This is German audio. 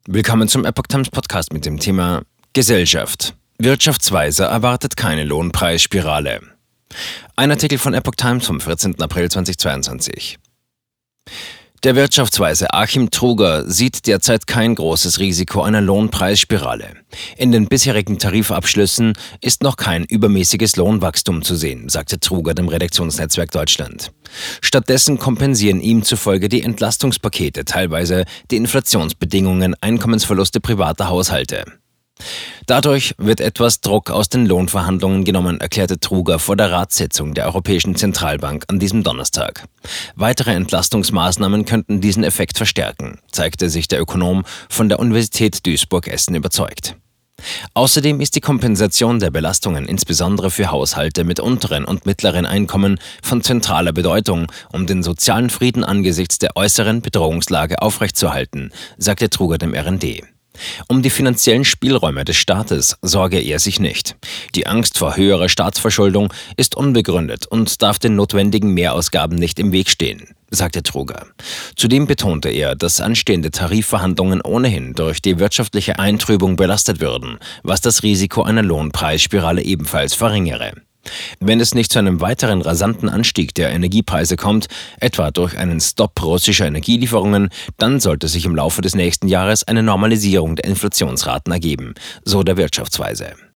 Willkommen zum Epoch Times Podcast mit dem Thema Gesellschaft. Wirtschaftsweise erwartet keine Lohnpreisspirale. Ein Artikel von Epoch Times vom 14. April 2022. Der Wirtschaftsweise Achim Truger sieht derzeit kein großes Risiko einer Lohnpreisspirale. In den bisherigen Tarifabschlüssen ist noch kein übermäßiges Lohnwachstum zu sehen, sagte Truger dem Redaktionsnetzwerk Deutschland. Stattdessen kompensieren ihm zufolge die Entlastungspakete teilweise die Inflationsbedingungen, Einkommensverluste privater Haushalte. Dadurch wird etwas Druck aus den Lohnverhandlungen genommen, erklärte Truger vor der Ratssitzung der Europäischen Zentralbank an diesem Donnerstag. Weitere Entlastungsmaßnahmen könnten diesen Effekt verstärken, zeigte sich der Ökonom von der Universität Duisburg-Essen überzeugt. Außerdem ist die Kompensation der Belastungen insbesondere für Haushalte mit unteren und mittleren Einkommen von zentraler Bedeutung, um den sozialen Frieden angesichts der äußeren Bedrohungslage aufrechtzuerhalten, sagte Truger dem RND. Um die finanziellen Spielräume des Staates sorge er sich nicht. Die Angst vor höherer Staatsverschuldung ist unbegründet und darf den notwendigen Mehrausgaben nicht im Weg stehen, sagte Truger. Zudem betonte er, dass anstehende Tarifverhandlungen ohnehin durch die wirtschaftliche Eintrübung belastet würden, was das Risiko einer Lohnpreisspirale ebenfalls verringere. Wenn es nicht zu einem weiteren rasanten Anstieg der Energiepreise kommt, etwa durch einen Stopp russischer Energielieferungen, dann sollte sich im Laufe des nächsten Jahres eine Normalisierung der Inflationsraten ergeben, so der Wirtschaftsweise.